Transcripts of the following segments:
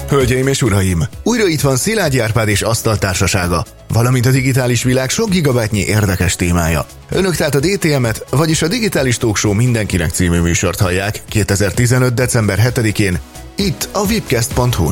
Hölgyeim és uraim, újra itt van Szilágyi Árpád és Asztaltársasága, valamint a digitális világ sok gigabájtnyi érdekes témája. Önök tehát a DTM-et, vagyis a Digitális Talk Show mindenkinek című műsort hallják 2015. december 7-én, itt a webcast.hu-n.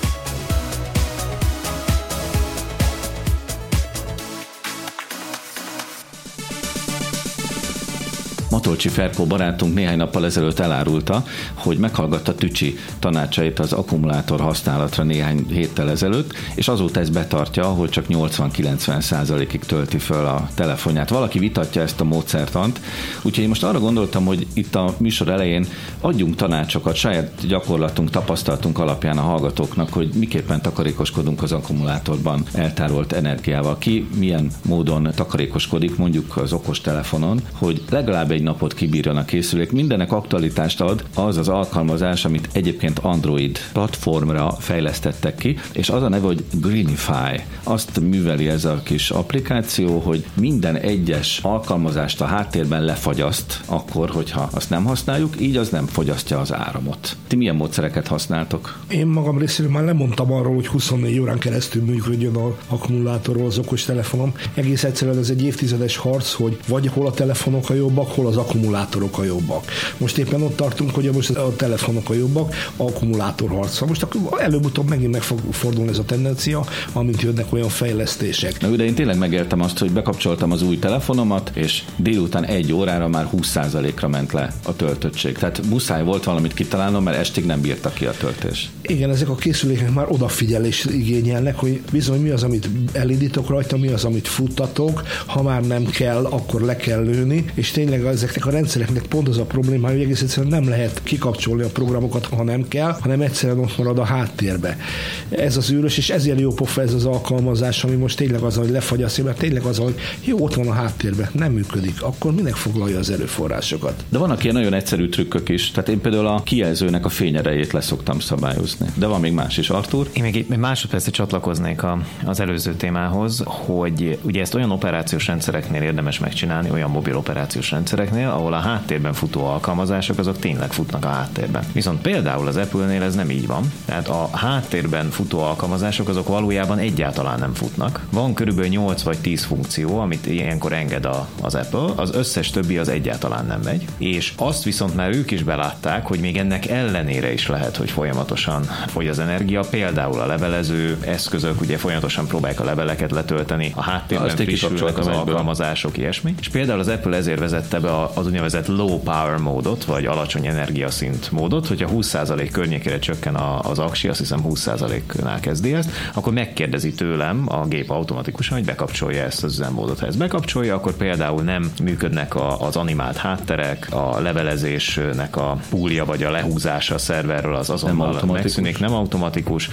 Matolcsi Ferkó barátunk néhány nappal ezelőtt elárulta, hogy meghallgatta Tücsi tanácsait az akkumulátor használatra néhány héttel ezelőtt, és azóta ezt betartja, hogy csak 80-90%-ig tölti föl a telefonját. Valaki vitatja ezt a módszertant, úgyhogy én most arra gondoltam, hogy itt a műsor elején adjunk tanácsokat saját gyakorlatunk, tapasztalatunk alapján a hallgatóknak, hogy miképpen takarékoskodunk az akkumulátorban eltárolt energiával. Ki milyen módon takarékoskodik, mondjuk az okostelefonon, hogy legalább egy napot kibírjon a készülék. Mindennek aktualitást ad az az alkalmazás, amit egyébként Android platformra fejlesztettek ki, és az a neve, hogy Greenify. Azt műveli ez a kis applikáció, hogy minden egyes alkalmazást a háttérben lefagyaszt akkor, hogyha azt nem használjuk, így az nem fogyasztja az áramot. Ti milyen módszereket használtok? Én magam részéről már lemondtam arról, hogy 24 órán keresztül működjön az akkumulátorról az okostelefonom. Egész egyszerűen ez egy évtizedes harc, hogy vagy hol a telefonok a jobbak, hol az akkumulátorok a jobbak. Most éppen ott tartunk, hogy most a telefonok a jobbak, akkumulátorharc. Most akkor előbb-utóbb megint meg fog fordulni ez a tendencia, amint jönnek olyan fejlesztések. Na, de én tényleg megéltem azt, hogy bekapcsoltam az új telefonomat, és délután 1 órára már 20%-ra ment le a töltöttség. Tehát muszáj volt valamit kitalálnom, mert estig nem bírta ki a töltés. Igen, ezek a készülékek már odafigyelést igényelnek, hogy bizony mi az, amit elindítok rajta, mi az, amit futtatok, ha már nem kell, akkor le kell lőni, és tényleg ezeknek a rendszereknek pont az a probléma, hogy egész egyszerűen nem lehet kikapcsolni a programokat, ha nem kell, hanem egyszerűen ott marad a háttérbe. Ez az űrös, és ezért jó pofa ez az alkalmazás, ami most tényleg az, hogy lefagyasztja, mert tényleg az, hogy jó, ott van a háttérbe, nem működik, akkor minek foglalja az erőforrásokat? De vannak ilyen nagyon egyszerű trükkök is, tehát én például a kijelzőnek a fényerejét leszoktam szabályozni. De van még más is, Artúr? Én még másodpercre csatlakoznék az előző témához, hogy ugye ezt olyan operációs rendszereknél érdemes megcsinálni, olyan mobil operációs rendszereknél, ahol a háttérben futó alkalmazások azok tényleg futnak a háttérben. Viszont például az Apple-nél ez nem így van. Tehát a háttérben futó alkalmazások azok valójában egyáltalán nem futnak. Van körülbelül 8 vagy 10 funkció, amit ilyenkor enged az Apple, az összes többi az egyáltalán nem megy. És azt viszont már ők is belátták, hogy még ennek ellenére is lehet, hogy folyamatosan fogy az energia. Például a levelező eszközök ugye folyamatosan próbálják a leveleket letölteni, a háttérben frissülnek az alkalmazások, ilyesmi. És például az Apple ezért vezette be az úgynevezett low power módot, vagy alacsony energiaszint módot, hogyha 20% környékére csökken az aksi, azt hiszem 20%-nál kezdi ezt, akkor megkérdezi tőlem a gép automatikusan, hogy bekapcsolja ezt az üzemmódot. Ha ezt bekapcsolja, akkor például nem működnek az animált hátterek, a levelezésnek a púlja vagy a lehúzása a szerverről az azonnal megszűnik, nem automatikus.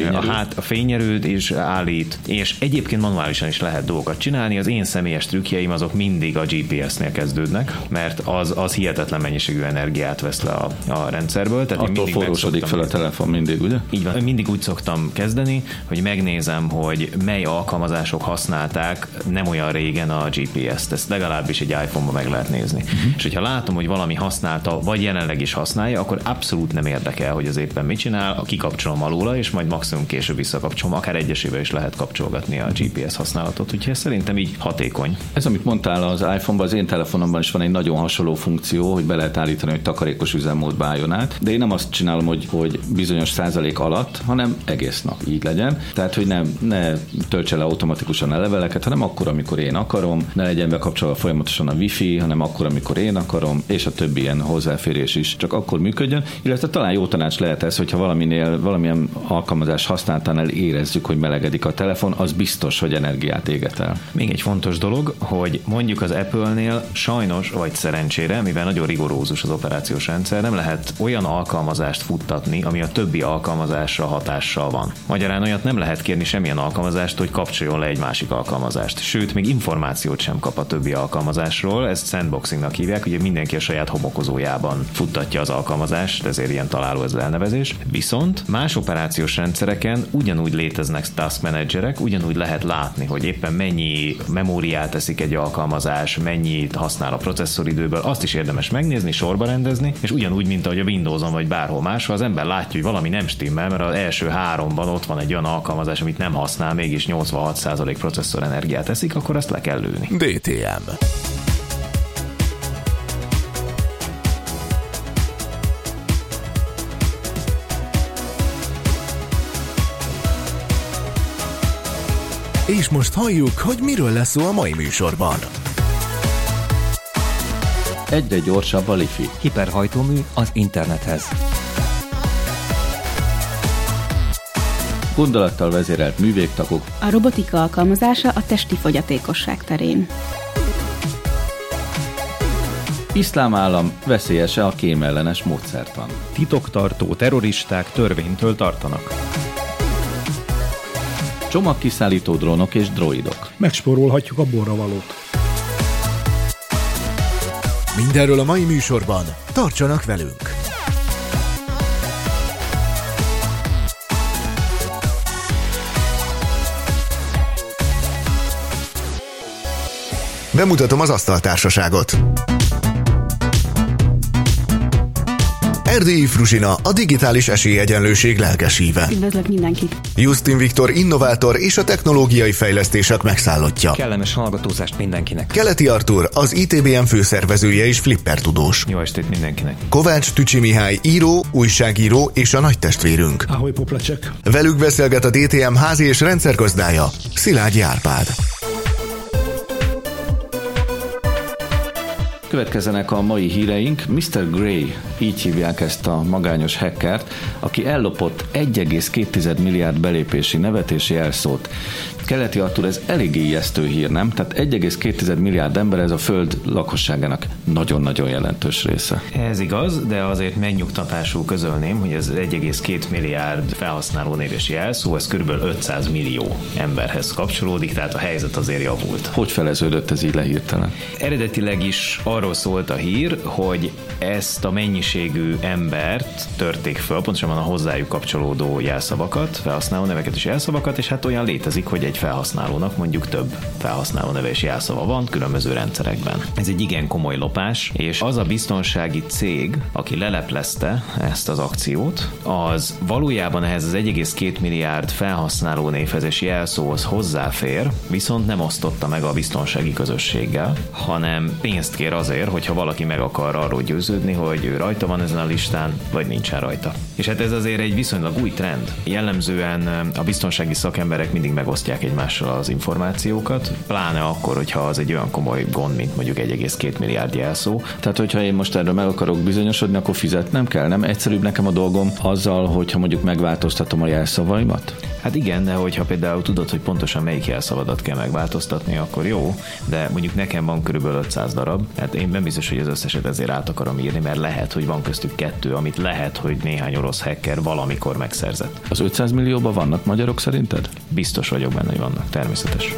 A fényerőd is állít, és egyébként manuálisan is lehet dolgokat csinálni. Az én személyes trükkjeim azok mindig a GPS-nél kezdődnek, mert az hihetetlen mennyiségű energiát vesz le a rendszerből. Tehát attól forrósodik fel a telefon mindig, ugye? Így van. Mindig úgy szoktam kezdeni, hogy megnézem, hogy mely alkalmazások használták nem olyan régen a GPS-t. Ezt legalábbis egy iPhone-ban meg lehet nézni. És hogyha látom, hogy valami használta, vagy jelenleg is használja, akkor abszolút nem érdekel, hogy az éppen mit csinál, kikapcsolom alóla, és majd maximum később visszakapcsolom. Akár egyesével is lehet kapcsolgatni a GPS használatot, úgyhogy szerintem így hatékony. Ez, amit mondtál az iPhone-ban, az én telefonomban is van egy nagyon hasonló funkció, hogy be lehet állítani, hogy takarékos üzemmódba álljon át, de én nem azt csinálom, hogy bizonyos százalék alatt, hanem egész nap így legyen. Tehát, hogy ne töltse le automatikusan a leveleket, hanem akkor, amikor én akarom, ne legyen bekapcsolva folyamatosan a Wi-Fi, hanem akkor, amikor én akarom, és a többi ilyen hozzáférés is csak akkor működjön. Illetve talán jó tanács lehet ez, hogyha valamilyen alkalmazás használatánál érezzük, hogy melegedik a telefon, az biztos, hogy energiát éget el. Még egy fontos dolog, hogy mondjuk az Apple-nél sajnos, vagy szerencsére, mivel nagyon rigorózus az operációs rendszer, nem lehet olyan alkalmazást futtatni, ami a többi alkalmazásra hatással van. Magyarán olyat nem lehet kérni semmilyen alkalmazást, hogy kapcsoljon le egy másik alkalmazást. Sőt, még információt sem kap a többi alkalmazásról, ezt sandboxingnak hívják, ugye mindenki a saját homokozójában futtatja az alkalmazást, ezért ilyen találó ez az elnevezés. Viszont más operációs rendszereken ugyanúgy léteznek task managerek, ugyanúgy lehet látni, hogy éppen mennyi memóriát teszik egy alkalmazás, mennyit használ a processzor, processzoridőből, azt is érdemes megnézni, sorba rendezni, és ugyanúgy, mint ahogy a Windowson vagy bárhol máshol, az ember látja, hogy valami nem stimmel, mert az első 3-ban ott van egy olyan alkalmazás, amit nem használ, mégis 86% processzorenergiát eszik, akkor azt le kell lőni. DTM. És most halljuk, hogy miről lesz szó a mai műsorban. Egyre gyorsabb a Li-Fi. Hiperhajtómű az internethez. Gondolattal vezérelt művégtagok. A robotika alkalmazása a testi fogyatékosság terén. Iszlám állam veszélyese a kémellenes módszertan. Titoktartó terroristák törvénytől tartanak. Csomagkiszállító drónok és droidok. Megspórolhatjuk a borravalót. Mindenről a mai műsorban. Tartsanak velünk! Bemutatom az asztaltársaságot. Erdélyi Fruzsina, a digitális esélyegyenlőség lelkesíve. Üdvözlök mindenkit! Justin Viktor, innovátor és a technológiai fejlesztések megszállottja. Kellemes hallgatózást mindenkinek. Keleti Artúr, az ITBM főszervezője és flipper tudós. Jó estét mindenkinek. Kovács Tücsi Mihály, író, újságíró és a nagy testvérünk. Ahoy Poplacsek. Velük beszélget a DTM házi és rendszergazdája, Szilágyi Árpád. Következzenek a mai híreink. Mr. Gray, így hívják ezt a magányos hackert, aki ellopott 1,2 milliárd belépési nevetési jelszót. Keleti Artúr, ez eléggé ijesztő hír, nem? Tehát 1,2 milliárd ember, ez a föld lakosságának nagyon-nagyon jelentős része. Ez igaz, de azért megnyugtatásul közölném, hogy ez 1,2 milliárd felhasználó néves jelszó, ez kb. 500 millió emberhez kapcsolódik, tehát a helyzet azért javult. Hogy feleződött ez így lehirtelen? Eredetileg is arról szólt a hír, hogy ezt a mennyiségű embert törték föl, pontosabban a hozzájuk kapcsolódó jelszavakat, felhasználó neveket és jelszavakat, és hát olyan létezik, hogy egy felhasználónak mondjuk több felhasználó neve és jelszava van különböző rendszerekben. Ez egy igen komoly lopás, és az a biztonsági cég, aki leleplezte ezt az akciót, az valójában ehhez az 1,2 milliárd felhasználó névhez és jelszóhoz hozzáfér, viszont nem osztotta meg a biztonsági közösséggel, hanem pénzt kér azért, hogyha valaki meg akar arról győződni, hogy ő rajta van ezen a listán, vagy nincsen rajta. És hát ez azért egy viszonylag új trend. Jellemzően a biztonsági szakemberek mindig megosztják egymással az információkat, pláne akkor, hogyha az egy olyan komoly gond, mint mondjuk 1,2 milliárd jelszó. Tehát, hogyha én most erről meg akarok bizonyosodni, akkor fizetnem kell? Nem egyszerűbb nekem a dolgom azzal, hogyha mondjuk megváltoztatom a jelszavaimat? Hát igen, de hogyha például tudod, hogy pontosan melyik jelszavadat kell megváltoztatni, akkor jó, de mondjuk nekem van körülbelül 500 darab, hát én nem biztos, hogy az összeset ezért át akarom írni, mert lehet, hogy van köztük 2, amit lehet, hogy néhány orosz hacker valamikor megszerzett. Az 500 millióban vannak magyarok szerinted? Biztos vagyok benne, hogy vannak, természetes.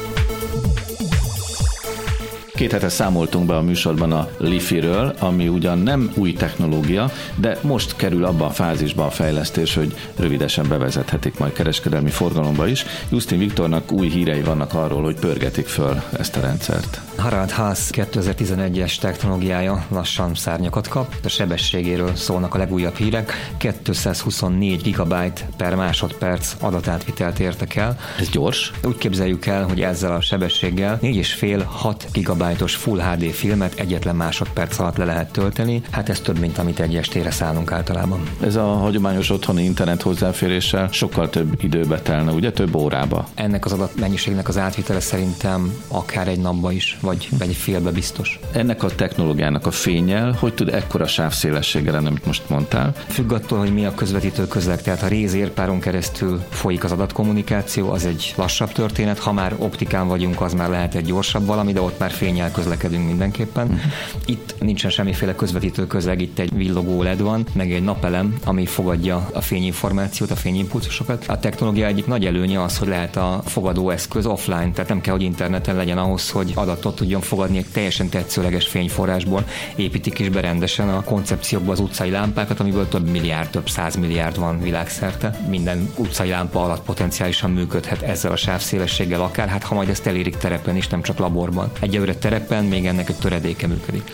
2 hete számoltunk be a műsorban a Li-Fi-ről, ami ugyan nem új technológia, de most kerül abba a fázisba a fejlesztés, hogy rövidesen bevezethetik majd kereskedelmi forgalomba is. Justin Viktornak új hírei vannak arról, hogy pörgetik föl ezt a rendszert. Harald Haas 2011-es technológiája lassan szárnyakat kap, a sebességéről szólnak a legújabb hírek. 224 gigabyte per másodperc adatátvitelt értek el. Ez gyors? Úgy képzeljük el, hogy ezzel a sebességgel 4,5-6 gigabyte-os Full HD filmet egyetlen másodperc alatt le lehet tölteni. Hát ez több, mint amit egy estére szállunk általában. Ez a hagyományos otthoni internet hozzáféréssel sokkal több időbe telne, ugye? Több órába. Ennek az adatmennyiségnek az átvitele szerintem akár egy napba is, vagy egy félbe biztos. Ennek a technológiának a fénnyel, hogy tud ekkora sávszélességgel lenni, amit most mondtál? Függ attól, hogy mi a közvetítő közeg, tehát ha rézérpáron keresztül folyik az adatkommunikáció, az egy lassabb történet, ha már optikán vagyunk, az már lehet egy gyorsabb valami, de ott már fénnyel közlekedünk mindenképpen. Itt nincsen semmiféle közvetítő közeg, itt egy villogó LED van, meg egy napelem, ami fogadja a fényinformációt, a fényimpulzusokat. A technológia egyik nagy előnye az, hogy lehet a fogadó eszköz offline, tehát nem kell, hogy interneten legyen ahhoz, hogy adatot tudjon fogadni egy teljesen tetszőleges fényforrásból, építik is be rendesen a koncepciókba az utcai lámpákat, amiből több milliárd, több 100 milliárd van világszerte. Minden utcai lámpa alatt potenciálisan működhet ezzel a sávszélességgel akár, hát ha majd ezt elérik terepen is, nem csak laborban. Egyelőre terepen még ennek egy töredéke működik.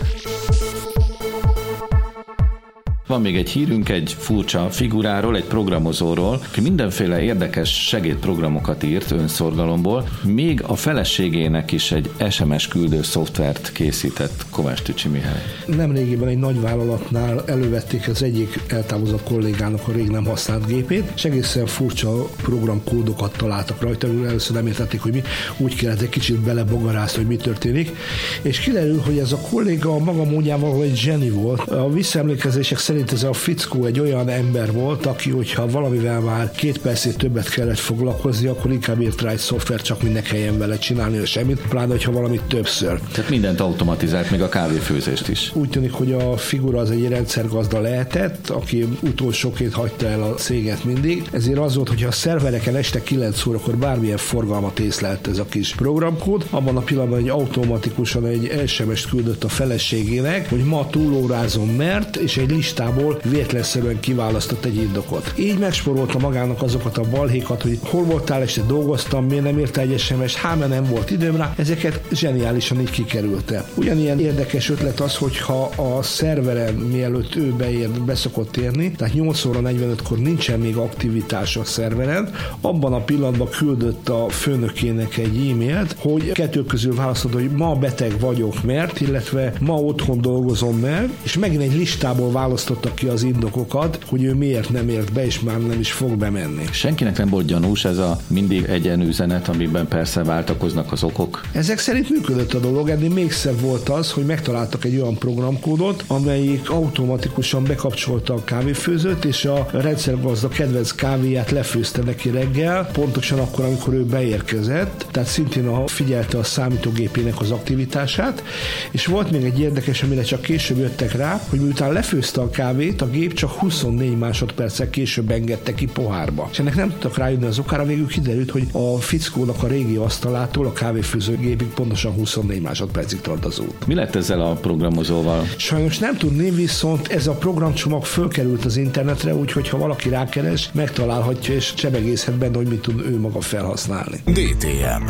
Van még egy hírünk egy furcsa figuráról, egy programozóról, aki mindenféle érdekes segédprogramokat írt önszorgalomból, még a feleségének is egy SMS küldő szoftvert készített. Kovács Tücsi Mihály. Nemrégiben egy nagy vállalatnál elővették az egyik eltávozott kollégának a rég nem használt gépét, és egészen furcsa programkódokat találtak rajta, először nem értették, hogy mi, úgy kellett egy kicsit belebogarászni, hogy mi történik, és kiderül, hogy ez a kolléga a maga módjával egy zseni volt. A visszaemlékezések szerint ez a fickó egy olyan ember volt, aki, hogyha valamivel már 2 percét többet kellett foglalkozni, akkor inkább írt rá egy szoftver, csak mi ne kelljen vele csinálni semmit, pláne, hogyha valamit többször. Tehát mindent automatizált, még a kávéfőzést is. Úgy tűnik, hogy a figura az egy rendszergazda lehetett, aki utolsóként hagyta el a céget mindig, ezért az volt, hogyha a szervereken este 9 órakor bármilyen forgalmat észlelt ez a kis programkód, abban a pillanatban egy automatikusan egy SMS-t küldött a feleségének, hogy ma túlórázom, mert, és egy listából véletlenszerűen kiválasztott egy indokot. Így megsporolta magának azokat a balhékat, hogy hol voltál, este dolgoztam, miért nem írta egy SMS, mert nem volt időm rá, ezeket zseniálisan így kikerülte. Ugyanilyen érdekes ötlet az, hogyha a szerveren, mielőtt ő beszokott érni, tehát 8 óra 45-kor nincsen még aktivitás a szerveren, abban a pillanatban küldött a főnökének egy e-mailt, hogy 2 közül választod, hogy ma beteg vagyok, mert, illetve ma otthon dolgozom, mert, és megint egy listából választott ki az indokokat, hogy ő miért nem ért be, és már nem is fog bemenni. Senkinek nem volt gyanús ez a mindig egyenüzenet, amiben persze váltakoznak az okok? Ezek szerint működött a dolog, ennél még szebb volt az, hogy megtaláltak egy olyan programkódot, amelyik automatikusan bekapcsolta a kávéfőzőt, és a rendszergazda kedvenc kávéját lefőzte neki reggel, pontosan akkor, amikor ő beérkezett, tehát szintén figyelte a számítógépének az aktivitását, és volt még egy érdekes, amire csak később jöttek rá, hogy miután lefőzte a kávét, a gép csak 24 másodperccel később engedte ki pohárba. És ennek nem tudtak rájönni az okára, végül kiderült, hogy a fickónak a régi asztalától a kávéfőzőgépig pontosan 24 másodpercig tart az út. Mi lett ezzel a programozóval? Sajnos nem tudni, viszont ez a programcsomag fölkerült az internetre, úgyhogy ha valaki rákeres, megtalálhatja és csebegészhet benne, hogy mit tud ő maga felhasználni. DTM.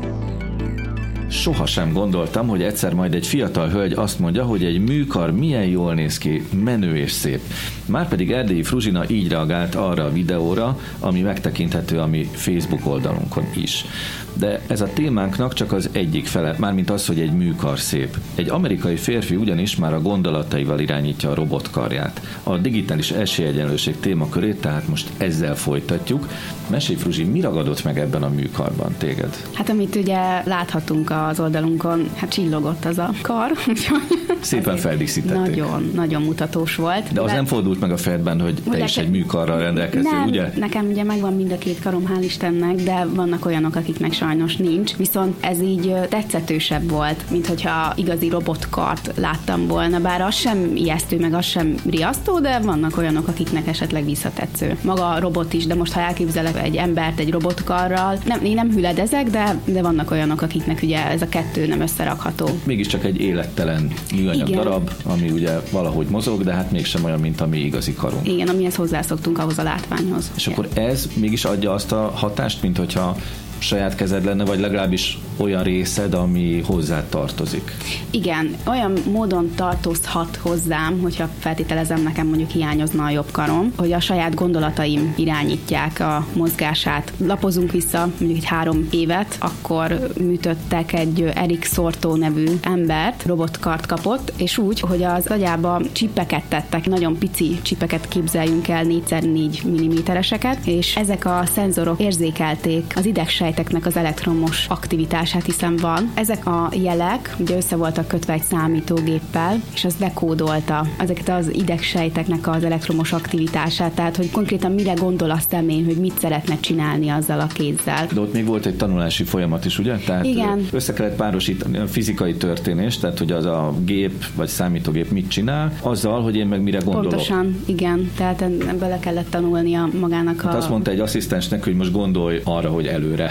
Sohasem gondoltam, hogy egyszer majd egy fiatal hölgy azt mondja, hogy egy műkar milyen jól néz ki, menő és szép. Márpedig Erdélyi Fruzsina így reagált arra a videóra, ami megtekinthető a mi Facebook oldalunkon is. De ez a témánknak csak az egyik fele, mármint az, hogy egy műkar szép. Egy amerikai férfi ugyanis már a gondolataival irányítja a robotkarját. A digitális esélyegyenlőség témakörét tehát most ezzel folytatjuk. Mesélj, Fruzsi, mi ragadott meg ebben a műkarban téged? Hát amit ugye láthatunk az oldalunkon, hát csillogott az a kar. Szépen feldíszítették. Nagyon, nagyon mutatós volt. De az nem fordult meg a fejedben, hogy te is egy műkarral rendelkeztél, nem, ugye? Nekem ugye megvan mind a 2 karom, hál' Istennek, de vannak olyanok, akiknek sajnos nincs. Viszont ez így tetszetősebb volt, mint hogyha igazi robotkart láttam volna, bár az sem ijesztő, meg az sem riasztó, de vannak olyanok, akiknek esetleg visszatetsző. Maga a robot is, de most ha elképzelek egy embert egy robotkarral, én nem hüledezek, de vannak olyanok, akiknek ugye ez a 2 nem összerakható. Mégiscsak egy élettelen műanyag darab, ami ugye valahogy mozog, de hát mégsem olyan, mint a mi igazi karunk. Igen, amihez hozzászoktunk ahhoz a látványhoz. És akkor ez mégis adja azt a hatást, mint hogyha saját kezed lenne, vagy legalábbis olyan részed, ami hozzá tartozik. Igen, olyan módon tartozhat hozzám, hogyha feltételezem, nekem mondjuk hiányozna a jobb karom, hogy a saját gondolataim irányítják a mozgását. Lapozunk vissza mondjuk egy 3 évet, akkor műtöttek egy Eric Sorto nevű embert, robotkart kapott, és úgy, hogy az agyába csipeket tettek, nagyon pici csipeket képzeljünk el, 4x4 mm-eseket, és ezek a szenzorok érzékelték az idegsejteknek az elektromos aktivitását, hiszen van. Ezek a jelek ugye össze voltak kötve egy számítógéppel, és az dekódolta ezeket az idegsejteknek az elektromos aktivitását, tehát hogy konkrétan mire gondol a személy, hogy mit szeretne csinálni azzal a kézzel. De ott még volt egy tanulási folyamat is, ugye? Tehát igen. Össze kellett párosítani a fizikai történést, tehát hogy az a gép vagy számítógép mit csinál, azzal, hogy én meg mire gondolok. Pontosan, igen. Tehát bele kellett tanulnia magának hát azt mondta egy asszisztensnek, hogy most gondolj arra, hogy előre.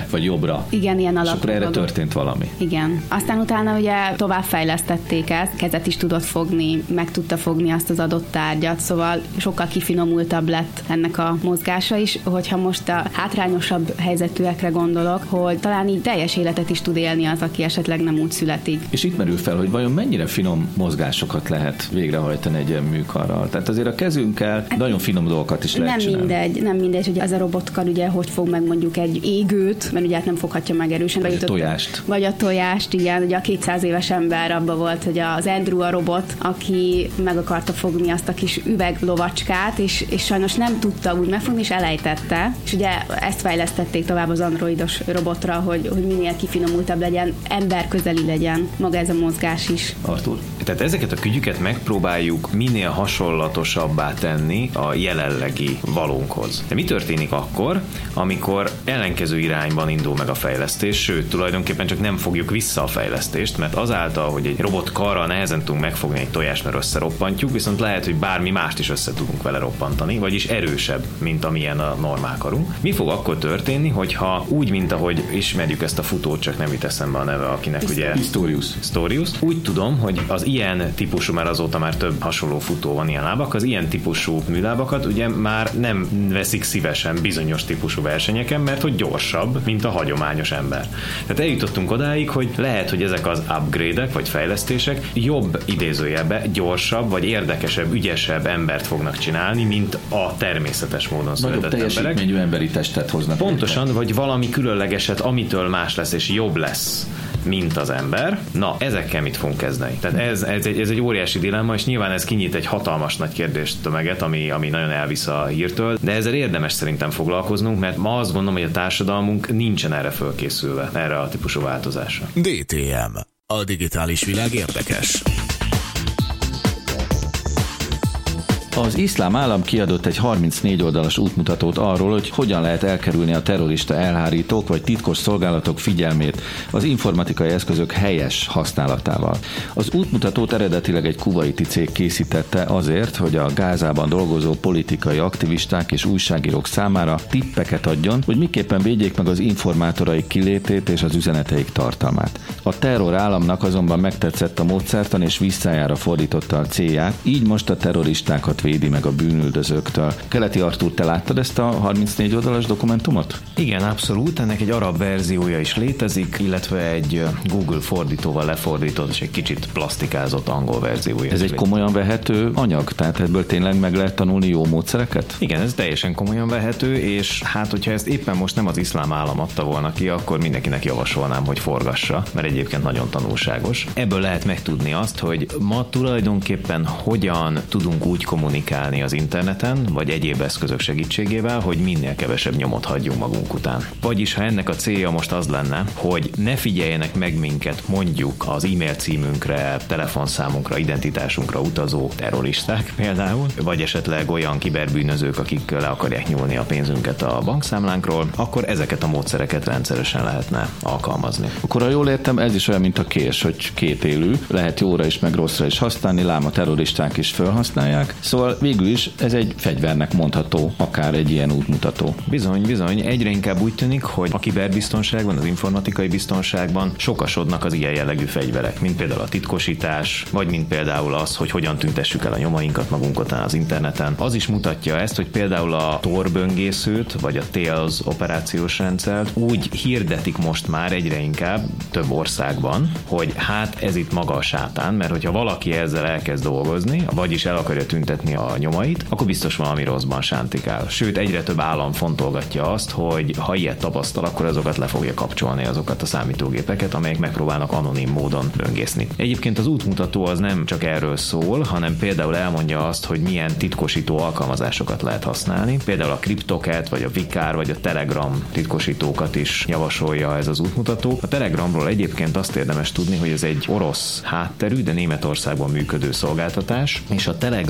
vagy jobbra. Igen, ilyen alapú. És akkor erre történt valami. Igen. Aztán utána ugye továbbfejlesztették ezt, kezet is tudott fogni, meg tudta fogni azt az adott tárgyat, szóval sokkal kifinomultabb lett ennek a mozgása is, hogyha most a hátrányosabb helyzetűekre gondolok, hogy talán így teljes életet is tud élni az, aki esetleg nem úgy születik. És itt merül fel, hogy vajon mennyire finom mozgásokat lehet végrehajtani egy ilyen műkarral. Tehát azért a kezünkkel nagyon finom dolgokat is lehet csinálni. Nem mindegy, hogy az a robotkar ugye hogy fog meg mondjuk egy égőt, mert ugye hát nem foghatja meg erősen. Vagy a tojást, igen. Ugye a 200 éves ember abban volt, hogy az Andrew a robot, aki meg akarta fogni azt a kis üveglovacskát, és sajnos nem tudta úgy megfogni, és elejtette. És ugye ezt fejlesztették tovább az androidos robotra, hogy minél kifinomultabb legyen, emberközeli legyen maga ez a mozgás is. Artur? Tehát ezeket a kütyüket megpróbáljuk minél hasonlatosabbá tenni a jelenlegi valónkhoz. De mi történik akkor, amikor ellenkező irányban indul meg a fejlesztés, sőt, tulajdonképpen csak nem fogjuk vissza a fejlesztést, mert azáltal, hogy egy robotkarral nehezen tudunk megfogni egy tojást, mert összeroppantjuk, viszont lehet, hogy bármi mást is össze tudunk vele roppantani, vagyis erősebb, mint amilyen a normál karunk. Mi fog akkor történni, hogyha úgy, mint ahogy ismerjük ezt a futót, csak nem jut eszembe a neve, akinek ugye Pistorius. Úgy tudom, hogy az ilyen típusú, mert azóta már több hasonló futó van ilyen lábak, az ilyen típusú műlábakat ugye már nem veszik szívesen bizonyos típusú versenyeken, mert hogy gyorsabb, mint a hagyományos ember. Tehát eljutottunk odáig, hogy lehet, hogy ezek az upgrade-ek vagy fejlesztések jobb idézőjelbe, gyorsabb vagy érdekesebb, ügyesebb embert fognak csinálni, mint a természetes módon született emberek. Nagyobb teljesítményű emberi testet hoznak. Pontosan, vagy valami különlegeset, amitől más lesz és jobb lesz, mint az ember. Na, ezekkel mit fogunk kezdeni? Tehát ez egy óriási dilemma, és nyilván ez kinyit egy hatalmas nagy kérdéstömeget, ami nagyon elvisz a hírtől, de ezzel érdemes szerintem foglalkoznunk, mert ma azt gondolom, hogy a társadalmunk nincsen erre fölkészülve, erre a típusú változásra. DTM. A digitális világ érdekes. Az Iszlám Állam kiadott egy 34 oldalas útmutatót arról, hogy hogyan lehet elkerülni a terrorista elhárítók vagy titkos szolgálatok figyelmét az informatikai eszközök helyes használatával. Az útmutatót eredetileg egy kuvaiti cég készítette azért, hogy a Gázában dolgozó politikai aktivisták és újságírók számára tippeket adjon, hogy miképpen védjék meg az informátoraik kilétét és az üzeneteik tartalmát. A terror államnak azonban megtetszett a módszertan és visszájára fordította a célját, így most a terroristákat védi meg a bűnüldözőktől. Keleti Artúr, te láttad ezt a 34 oldalas dokumentumot? Igen, abszolút. Ennek egy arab verziója is létezik, illetve egy Google fordítóval lefordított és egy kicsit plastikázott angol verziója. Ez egy komolyan vehető anyag? Tehát ebből tényleg meg lehet tanulni jó módszereket? Igen, ez teljesen komolyan vehető, és hát, hogyha ezt éppen most nem az Iszlám Állam adta volna ki, akkor mindenkinek javasolnám, hogy forgassa, mert egyébként nagyon tanulságos. Ebből lehet megtudni azt, hogy ma tulajdonképpen hogyan tudunk úgy kommunikálni az interneten, vagy egyéb eszközök segítségével, hogy minél kevesebb nyomot hagyjunk magunk után. Vagyis, ha ennek a célja most az lenne, hogy ne figyeljenek meg minket mondjuk az e-mail címünkre, telefonszámunkra, identitásunkra utazó terroristák például, vagy esetleg olyan kiberbűnözők, akik le akarják nyúlni a pénzünket a bankszámlánkról, akkor ezeket a módszereket rendszeresen lehetne alkalmazni. Akkor, ha jól értem, ez is olyan, mint a kés, hogy kétélű, lehet jóra is, meg rosszra is használni, lám a terroristák is felhasználják. Szóval végül is ez egy fegyvernek mondható, akár egy ilyen útmutató. Bizony, egyre inkább úgy tűnik, hogy a kiberbiztonságban, az informatikai biztonságban sokasodnak az ilyen jellegű fegyverek, mint például a titkosítás, vagy mint például az, hogy hogyan tüntessük el a nyomainkat magunk után az interneten. Az is mutatja ezt, hogy például a Tor böngészőt, vagy a Tails operációs rendszert úgy hirdetik most már egyre inkább több országban, hogy hát ez itt maga a sátán, mert hogyha valaki ezzel elkezd dolgozni, vagyis el akarja tüntetni a nyomait, akkor biztos valami rosszban sántikál. Sőt, egyre több állam fontolgatja azt, hogy ha ilyet tapasztal, akkor azokat le fogja kapcsolni, azokat a számítógépeket, amelyek megpróbálnak anonim módon böngészni. Egyébként az útmutató az nem csak erről szól, hanem például elmondja azt, hogy milyen titkosító alkalmazásokat lehet használni. Például a CryptoCat, vagy a Vicar, vagy a Telegram titkosítókat is javasolja ez az útmutató. A Telegramról egyébként azt érdemes tudni, hogy ez egy orosz hátterű, de Németországban működő szolgáltatás, és a Telegram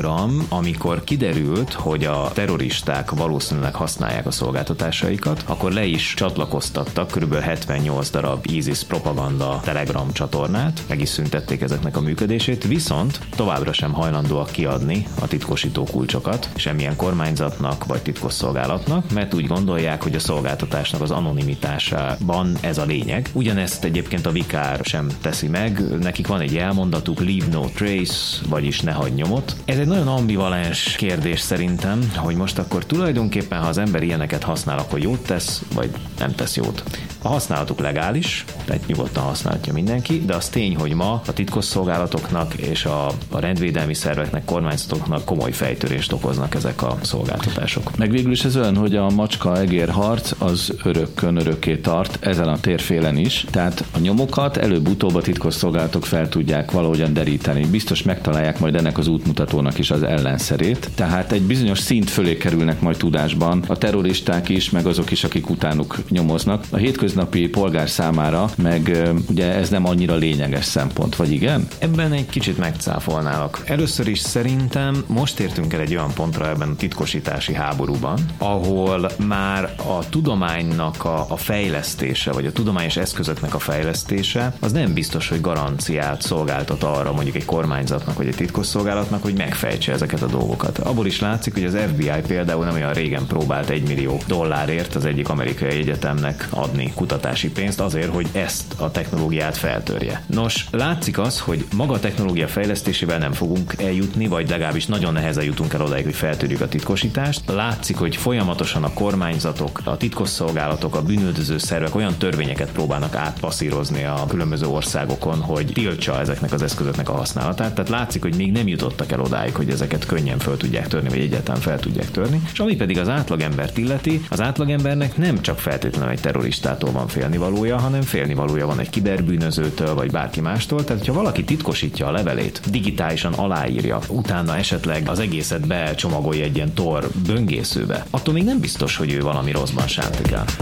amikor kiderült, hogy a terroristák valószínűleg használják a szolgáltatásaikat, akkor le is csatlakoztattak kb. 78 darab ISIS propaganda Telegram csatornát, meg is szüntették ezeknek a működését, viszont továbbra sem hajlandóak kiadni a titkosító kulcsokat semmilyen kormányzatnak vagy titkosszolgálatnak, mert úgy gondolják, hogy a szolgáltatásnak az anonimitásában ez a lényeg. Ugyanezt egyébként a vikár sem teszi meg, nekik van egy elmondatuk, leave no trace, vagyis ne hagyj nyomot. Ez egy nagyon ambivalens kérdés szerintem, hogy most akkor tulajdonképpen, ha az ember ilyeneket használ, akkor jót tesz, vagy nem tesz jót. A használatuk legális, tehát nyugodtan használhatja mindenki, de az tény, hogy ma a titkosszolgálatoknak és a rendvédelmi szerveknek, kormányzatoknak komoly fejtörést okoznak ezek a szolgáltatások. Meg végül is ez olyan, hogy a macska-egér harc az örökkön-örökké tart ezen a térfélen is, tehát a nyomokat előbb-utóbb a titkosszolgálatok fel tudják valahogyan deríteni. Biztos megtalálják majd ennek az útmutatónak is az ellenszerét, tehát egy bizonyos szint fölé kerülnek majd tudásban a terroristák is, meg azok is, akik utánuk nyomoznak. A hétköznapi polgár számára meg ugye ez nem annyira lényeges szempont, vagy igen? Ebben egy kicsit megcáfolnálok. Először is szerintem most értünk el egy olyan pontra ebben a titkosítási háborúban, ahol már a tudománynak a fejlesztése, vagy a tudományos eszközöknek a fejlesztése, az nem biztos, hogy garanciát szolgáltat arra mondjuk egy kormányzatnak, vagy egy titkosszolgálatnak, hogy megfejtse ezeket a dolgokat. Abból is látszik, hogy az FBI például nem olyan régen próbált $1 millió az egyik amerikai egyetemnek adni kutatási pénzt azért, hogy ezt a technológiát feltörje. Nos, látszik az, hogy maga a technológia fejlesztésével nem fogunk eljutni, vagy legalábbis nagyon nehezen jutunk el odáig, hogy feltörjük a titkosítást. Látszik, hogy folyamatosan a kormányzatok, a titkosszolgálatok, a bűnüldöző szervek olyan törvényeket próbálnak átpasszírozni a különböző országokon, hogy tiltsa ezeknek az eszközöknek a használatát. Tehát látszik, hogy még nem jutottak el odáig, hogy ezeket könnyen fel tudják törni, vagy egyáltalán fel tudják törni. És ami pedig az átlagembert illeti, az átlagembernek nem csak feltétlenül egy terroristától van félnivalója, hanem félnivalója van egy kiberbűnözőtől, vagy bárki mástól. Tehát, ha valaki titkosítja a levelét, digitálisan aláírja, utána esetleg az egészet becsomagolja egy ilyen Tor böngészőbe, attól még nem biztos, hogy ő valami rosszban sántik el.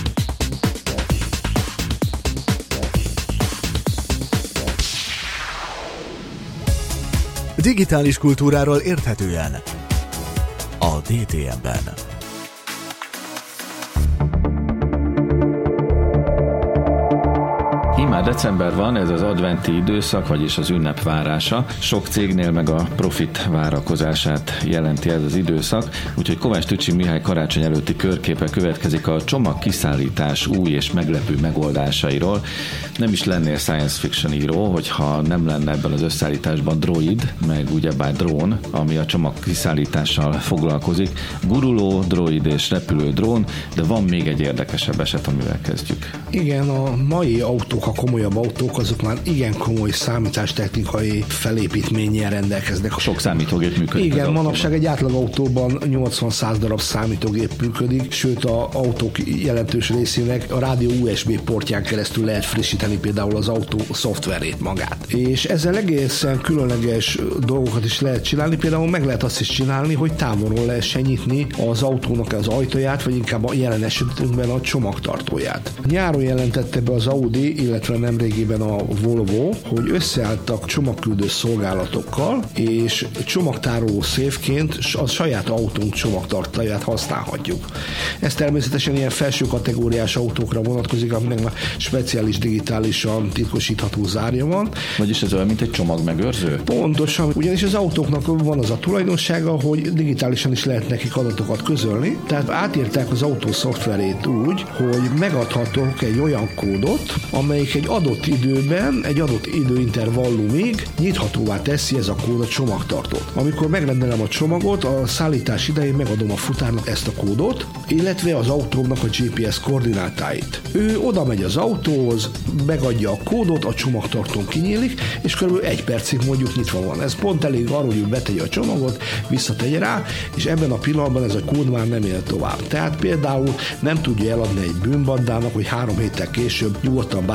Digitális kultúráról érthetően a DTM-ben. Már december van, ez az adventi időszak, vagyis az ünnep várása. Sok cégnél meg a profit várakozását jelenti ez az időszak, úgyhogy Kovács Tücsi Mihály karácsony előtti körképe következik a csomagkiszállítás új és meglepő megoldásairól. Nem is lennél science fiction író, hogyha nem lenne ebben az összeállításban droid, meg ugyebár drón, ami a csomagkiszállítással foglalkozik. Guruló, droid és repülő drón, de van még egy érdekesebb eset, amivel kezdjük. Igen, a mai autók, a komolyabb autók, azok már igen komoly számítástechnikai felépítménnyel rendelkeznek. Sok számítógép működik. Igen, manapság egy átlag autóban 80-100 darab számítógép működik, sőt az autók jelentős részének a rádió USB portján keresztül lehet frissíteni például az autó szoftverét magát. És ezzel egészen különleges dolgokat is lehet csinálni, például meg lehet azt is csinálni, hogy távolról lehessen nyitni az autónak az ajtaját, vagy inkább a jelen esetünkben a csomagtartóját. Nyáron jelentette be az Audi, illetve nemrégiben a Volvo, hogy összeálltak csomagküldő szolgálatokkal, és csomagtároló széfként a saját autónk csomagtartóját használhatjuk. Ez természetesen ilyen felső kategóriás autókra vonatkozik, aminek már speciális digitálisan titkosítható zárja van. Vagyis ez olyan, mint egy csomagmegőrző? Pontosan, ugyanis az autóknak van az a tulajdonsága, hogy digitálisan is lehet nekik adatokat közölni, tehát átírták az autó szoftverét úgy, hogy megadhatok egy olyan kódot, amelyik egy adott időben, egy adott időintervallumig nyithatóvá teszi ez a kód a csomagtartót. Amikor megrendelem a csomagot, a szállítás idején megadom a futárnak ezt a kódot, illetve az autómnak a GPS koordinátáit. Ő oda megy az autóhoz, megadja a kódot, a csomagtartón kinyílik, és kb. 1 percig mondjuk nyitva van. Ez pont elég arról, hogy betegye a csomagot, visszategye rá, és ebben a pillanatban ez a kód már nem él tovább. Tehát például nem tudja eladni egy bűnbandának, hogy 3 héttel később nyugodtan bármit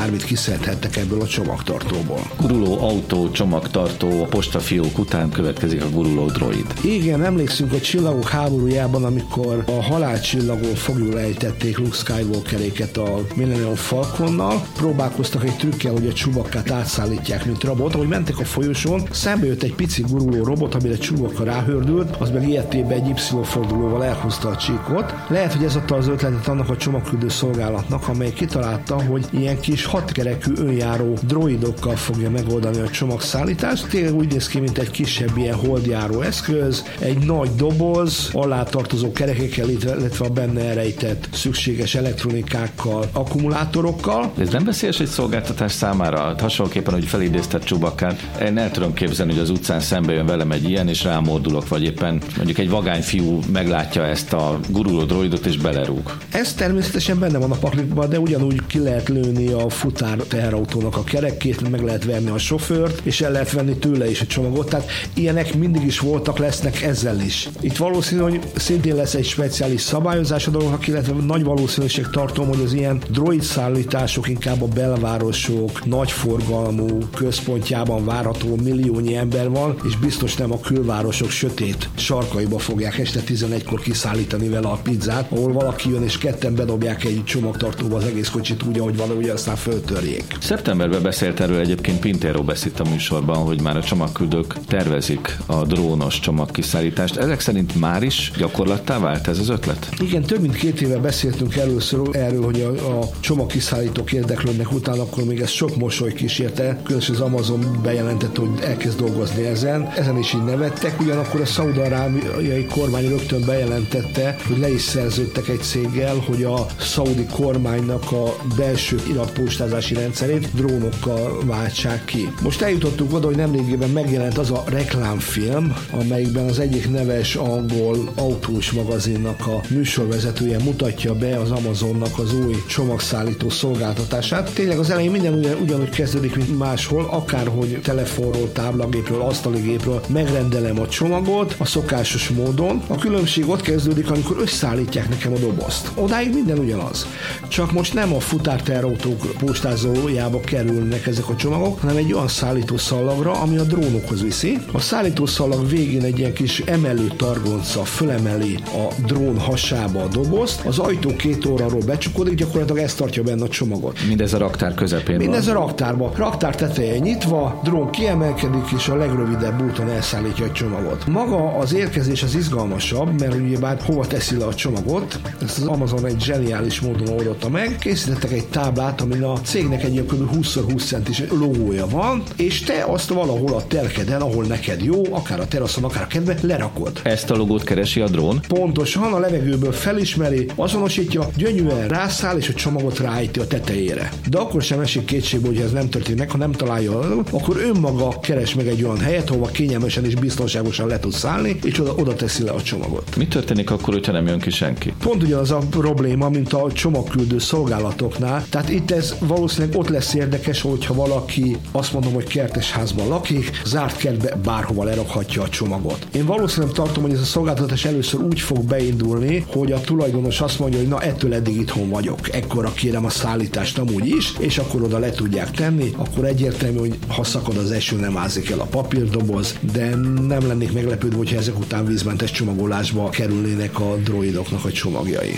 szedhettek ebből a csomagtartóból. Guruló autó, csomagtartó, a postafiók után következik a guruló droid. Igen, emlékszünk a Csillagok háborújában, amikor a halálcsillagon foglyul ejtették Luke Skywalkeréket a Millennium Falconnal, próbálkoztak egy trükkel, hogy a Chewbaccát átszállítják, mint rabot. Ahogy mentek a folyosón, szembe jött egy pici guruló robot, amire Chewbacca ráhördült, az meg ilyetében egy Y-fordulóval elhúzta a csíkot. Lehet, hogy ez adta az ötletet annak a csomagküldő szolgálatnak, amely kitalálta, hogy ilyen kis hatkerekű önjáró droidokkal fogja megoldani a csomagszállítást. Tényleg úgy néz ki, mint egy kisebb ilyen holdjáró eszköz, egy nagy doboz, alá tartozó kerekekkel, illetve a benne rejtett szükséges elektronikákkal, akkumulátorokkal. Ez nem veszélyes egy szolgáltatás számára? Hasonlóképpen, hogy felidézted Chewbaccát, én el tudom képzelni, hogy az utcán szembe jön velem egy ilyen, és rámordulok, vagy éppen mondjuk egy vagány fiú meglátja ezt a guruló droidot, és belerúg. Ez természetesen benne van a paklikban, de ugyanúgy ki lehet lőni a futár teherautónak a kerekét, meg lehet verni a sofőrt, és el lehet venni tőle is a csomagot. Tehát ilyenek mindig is voltak, lesznek ezzel is. Itt valószínű, hogy szintén lesz egy speciális szabályozás a dolognak, illetve nagy valószínűség tartom, hogy az ilyen droid szállítások inkább a belvárosok, nagyforgalmú központjában várható milliónyi ember van, és biztos nem a külvárosok sötét sarkaiba fogják este 11-kor kiszállítani vele a pizzát, ahol valaki jön és ketten bedobják egy csomagtartóba az egész kocsit úgy, ahogy van, ugye aztán föltörjék. Szeptemberben beszélt erről egyébként Pintéro beszélt a műsorban, hogy már a csomagküldők tervezik a drónos csomagkiszállítást. Ezek szerint már is gyakorlattá vált ez az ötlet? Igen, több mint 2 éve beszéltünk erről, hogy a csomagkiszállítók érdeklődnek után, akkor még ez sok mosoly kísérte, különösen az Amazon bejelentette, hogy elkezd dolgozni ezen is így nevettek, ugyanakkor a szaúd-arábiai kormány rögtön bejelentette, hogy le is szerződtek egy céggel, hogy a szaudi kormánynak a belső iratpostázási rendszerét drónokkal váltsák ki. Most eljutottunk oda, hogy nemrégében megjelent az a reklámfilm, amelyikben az egyik neves angol autós magazinnak a műsorvezetője mutatja be az Amazonnak az új csomagszállító szolgáltatását. Tényleg az elején minden ugyanúgy kezdődik, mint máshol, akárhogy telefonról, táblagépről, asztaligépről megrendelem a csomagot a szokásos módon. A különbség ott kezdődik, amikor összeállítják nekem a dobozt. Odáig minden ugyanaz. Csak most nem a futárteherautók postázójába kerülnek ezek a csomagok, hanem egy olyan szállítószallagra, ami a drónokhoz viszi. A szállítószallag végén egy ilyen kis emelő targonca fölemeli a drón hasába a dobozt, az ajtó 2 oldalról becsukódik, gyakorlatilag ez tartja benne a csomagot. Mindez a raktár közepén Mindez a raktárban. Raktár teteje nyitva, drón kiemelkedik, és a legrövidebb úton elszállítja a csomagot. Maga az érkezés az izgalmasabb, mert ugyebár hova teszi le a csomagot, ezt az Amazon egy zseniális módon oldotta meg. Készítettek egy táblát, amin a cégnek egy kb. 20x20 centis logója van, és te azt valahol a telkeden, ahol neked jó, akár a teraszon, akár a kedve, lerakod. Ezt a logót keresi a drón? Pontosan, a levegőből felismeri, azonosítja, gyönyörűen rászáll, és a csomagot ráállítja a tetejére. De akkor sem esik kétségbe, hogy ez nem történik meg, ha nem találja, akkor önmaga keres meg egy olyan helyet, ahol kényelmesen és biztonságosan le tud szállni, és oda teszi le a csomagot. Mi történik akkor, hogyha nem jön ki senki? Pont ugyanaz a probléma, mint a csomagküldő szolgálatoknál. Tehát itt ez valószínűleg ott lesz érdekes, hogyha valaki azt mondom, hogy kertesházban lakik, zárt kertbe bárhova lerakhatja a csomagot. Én valószínűleg tartom, hogy ez a szolgáltatás először úgy fog beindulni, hogy a tulajdonos azt mondja, hogy na ettől eddig itthon vagyok, ekkora kérem a szállítást amúgy is, és akkor oda le tudják tenni, akkor egyértelmű, hogy ha szakad az eső, nem ázik el a papírdoboz, de nem lennék meglepődve, hogyha ezek után vízmentes csomagolásba kerülnének a droidoknak a csomagjai.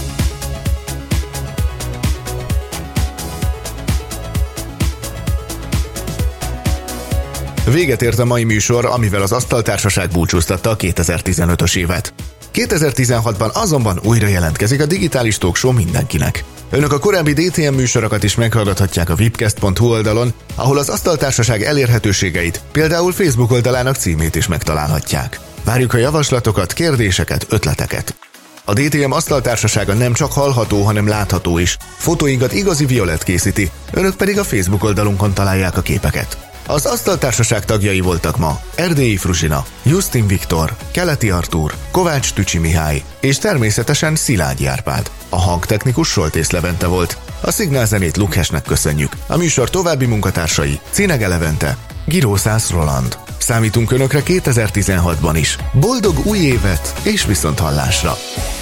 Véget ért a mai műsor, amivel az Asztaltársaság búcsúztatta a 2015-ös évet. 2016-ban azonban újra jelentkezik a Digitális Talk Show mindenkinek. Önök a korábbi DTM műsorokat is meghallgathatják a vipcast.hu oldalon, ahol az Asztaltársaság elérhetőségeit, például Facebook oldalának címét is megtalálhatják. Várjuk a javaslatokat, kérdéseket, ötleteket. A DTM Asztaltársasága nem csak hallható, hanem látható is. Fotóinkat igazi Violet készíti, önök pedig a Facebook oldalunkon találják a képeket. Az Asztaltársaság tagjai voltak ma Erdélyi Fruzsina, Justin Viktor, Keleti Artúr, Kovács Tücsi Mihály és természetesen Szilágyi Árpád. A hangtechnikus Soltész Levente volt. A szignálzenét Lukhesnek köszönjük. A műsor további munkatársai Cinege Levente, Girószász Roland. Számítunk önökre 2016-ban is. Boldog új évet és viszonthallásra!